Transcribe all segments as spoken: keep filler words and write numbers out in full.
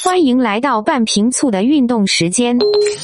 欢迎来到半瓶醋的运动时间。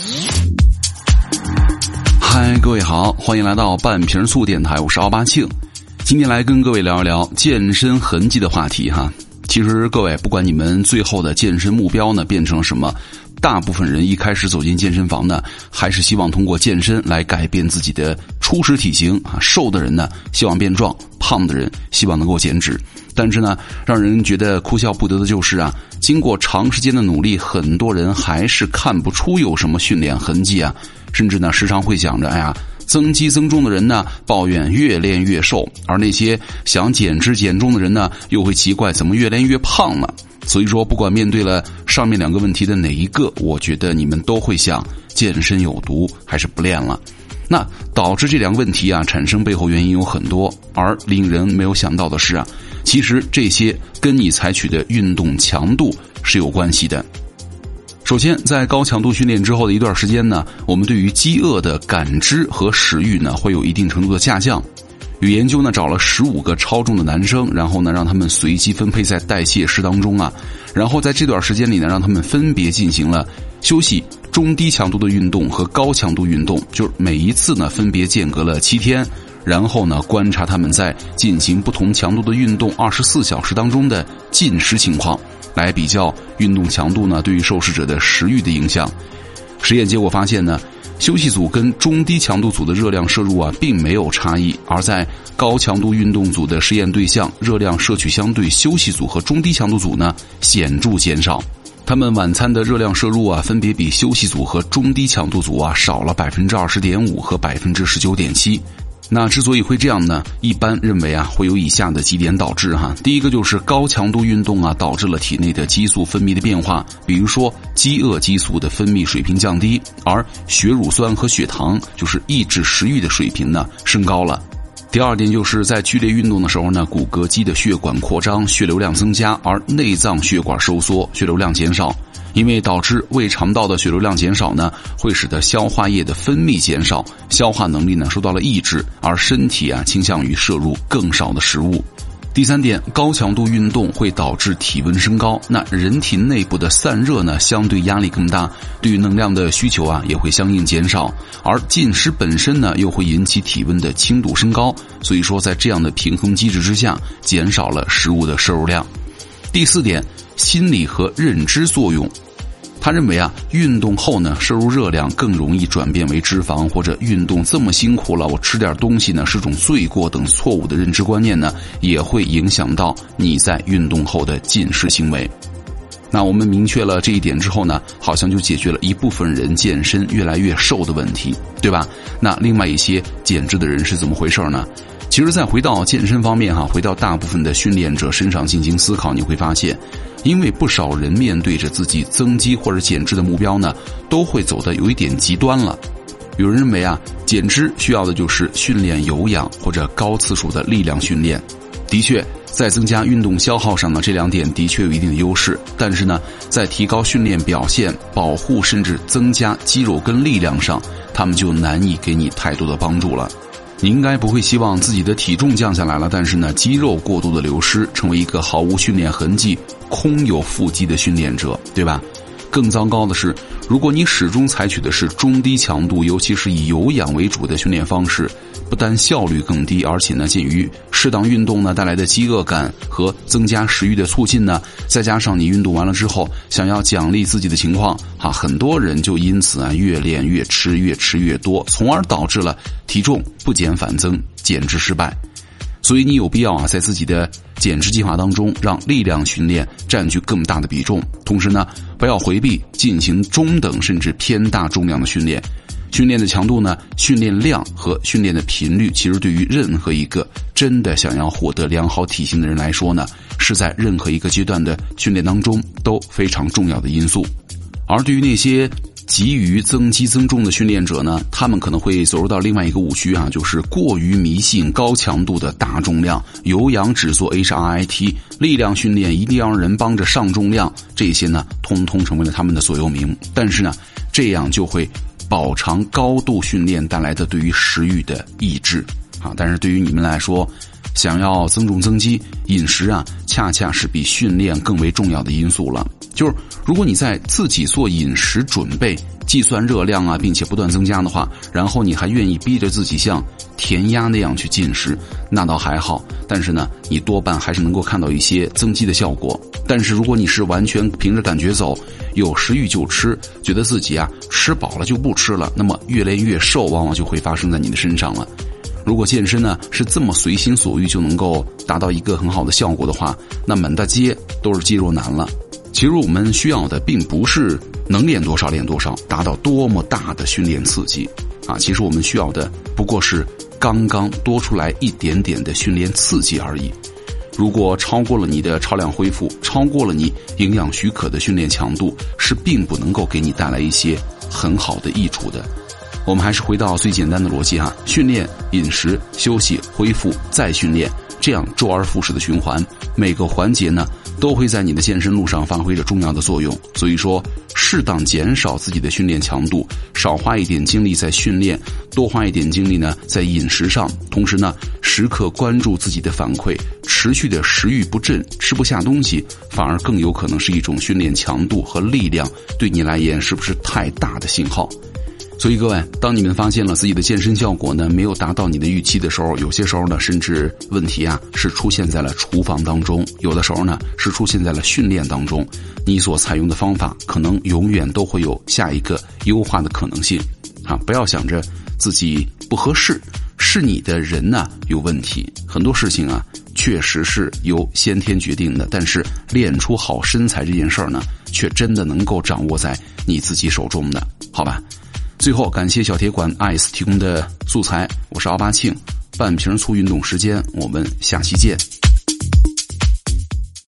嗨，各位好，欢迎来到半瓶醋电台，我是奥巴庆。今天来跟各位聊一聊健身痕迹的话题哈。其实各位，不管你们最后的健身目标呢变成什么，大部分人一开始走进健身房呢，还是希望通过健身来改变自己的初始体型啊。瘦的人呢希望变壮，胖的人希望能够减脂。但是呢，让人觉得哭笑不得的就是啊，经过长时间的努力，很多人还是看不出有什么训练痕迹啊，甚至呢时常会想着，哎呀，增肌增重的人呢抱怨越练越瘦，而那些想减脂减重的人呢又会奇怪怎么越练越胖了。所以说，不管面对了上面两个问题的哪一个，我觉得你们都会想健身有毒，还是不练了。那导致这两个问题啊产生背后原因有很多，而令人没有想到的是啊，其实这些跟你采取的运动强度是有关系的。首先，在高强度训练之后的一段时间呢，我们对于饥饿的感知和食欲呢会有一定程度的下降。有研究呢找了十五个超重的男生，然后呢让他们随机分配在代谢室当中啊，然后在这段时间里呢让他们分别进行了休息、中低强度的运动和高强度运动，就是每一次呢分别间隔了七天，然后呢观察他们在进行不同强度的运动二十四小时当中的进食情况，来比较运动强度呢对于受试者的食欲的影响。实验结果发现呢，休息组跟中低强度组的热量摄入啊并没有差异，而在高强度运动组的实验对象，热量摄取相对休息组和中低强度组呢显著减少。他们晚餐的热量摄入啊分别比休息组和中低强度组啊少了 百分之二十点五 和 百分之十九点七。那之所以会这样呢，一般认为啊会有以下的几点导致哈。第一个就是高强度运动啊导致了体内的激素分泌的变化，比如说饥饿激素的分泌水平降低，而血乳酸和血糖就是抑制食欲的水平呢升高了。第二点就是在剧烈运动的时候呢，骨骼肌的血管扩张，血流量增加，而内脏血管收缩，血流量减少。因为导致胃肠道的血流量减少呢，会使得消化液的分泌减少，消化能力呢受到了抑制，而身体啊倾向于摄入更少的食物。第三点，高强度运动会导致体温升高，那人体内部的散热呢相对压力更大，对于能量的需求啊也会相应减少，而进食本身呢又会引起体温的轻度升高，所以说在这样的平衡机制之下，减少了食物的摄入量。第四点，心理和认知作用。他认为啊，运动后呢，摄入热量更容易转变为脂肪，或者运动这么辛苦了，我吃点东西呢是种罪过等错误的认知观念呢，也会影响到你在运动后的进食行为。那我们明确了这一点之后呢，好像就解决了一部分人健身越来越瘦的问题，对吧？那另外一些减脂的人是怎么回事呢？其实再回到健身方面哈，回到大部分的训练者身上进行思考，你会发现，因为不少人面对着自己增肌或者减脂的目标呢，都会走得有一点极端了。有人认为啊，减脂需要的就是训练有氧或者高次数的力量训练。的确，在增加运动消耗上呢，这两点的确有一定的优势，但是呢，在提高训练表现、保护甚至增加肌肉跟力量上，他们就难以给你太多的帮助了。你应该不会希望自己的体重降下来了，但是呢，肌肉过度的流失，成为一个毫无训练痕迹、空有腹肌的训练者，对吧？更糟糕的是，如果你始终采取的是中低强度，尤其是以有氧为主的训练方式，不但效率更低，而且呢，鉴于适当运动呢带来的饥饿感和增加食欲的促进呢，再加上你运动完了之后想要奖励自己的情况啊，很多人就因此啊越练越吃，越吃越多，从而导致了体重不减反增，减脂失败。所以你有必要啊，在自己的减脂计划当中，让力量训练占据更大的比重。同时呢，不要回避进行中等甚至偏大重量的训练。训练的强度呢，训练量和训练的频率，其实对于任何一个真的想要获得良好体型的人来说呢，是在任何一个阶段的训练当中都非常重要的因素。而对于那些急于增肌增重的训练者呢，他们可能会走入到另外一个误区啊，就是过于迷信高强度的大重量，有氧只做 H I I T， 力量训练一定要让人帮着上重量，这些呢通通成为了他们的座右铭。但是呢，这样就会饱尝高度训练带来的对于食欲的抑制啊。但是对于你们来说， 想要增重增肌，饮食啊恰恰是比训练更为重要的因素了。就是如果你在自己做饮食准备，计算热量啊，并且不断增加的话，然后你还愿意逼着自己像填鸭那样去进食，那倒还好，但是呢你多半还是能够看到一些增肌的效果。但是如果你是完全凭着感觉走，有食欲就吃，觉得自己啊吃饱了就不吃了，那么越练越瘦往往就会发生在你的身上了。如果健身呢是这么随心所欲就能够达到一个很好的效果的话，那满大街都是肌肉男了。其实我们需要的并不是能练多少练多少，达到多么大的训练刺激啊！其实我们需要的不过是刚刚多出来一点点的训练刺激而已。如果超过了你的超量恢复，超过了你营养许可的训练强度，是并不能够给你带来一些很好的益处的。我们还是回到最简单的逻辑哈，训练、饮食、休息、恢复、再训练，这样周而复始的循环，每个环节呢都会在你的健身路上发挥着重要的作用。所以说，适当减少自己的训练强度，少花一点精力在训练，多花一点精力呢在饮食上，同时呢时刻关注自己的反馈，持续的食欲不振，吃不下东西，反而更有可能是一种训练强度和力量对你来言是不是太大的信号。所以各位，当你们发现了自己的健身效果呢没有达到你的预期的时候，有些时候呢甚至问题啊是出现在了厨房当中，有的时候呢是出现在了训练当中，你所采用的方法可能永远都会有下一个优化的可能性啊！不要想着自己不合适，是你的人呢有问题。很多事情啊确实是由先天决定的，但是练出好身材这件事儿呢却真的能够掌握在你自己手中的，好吧？最后感谢小铁管 ice 提供的素材，我是奥巴庆，半瓶醋运动时间，我们下期见。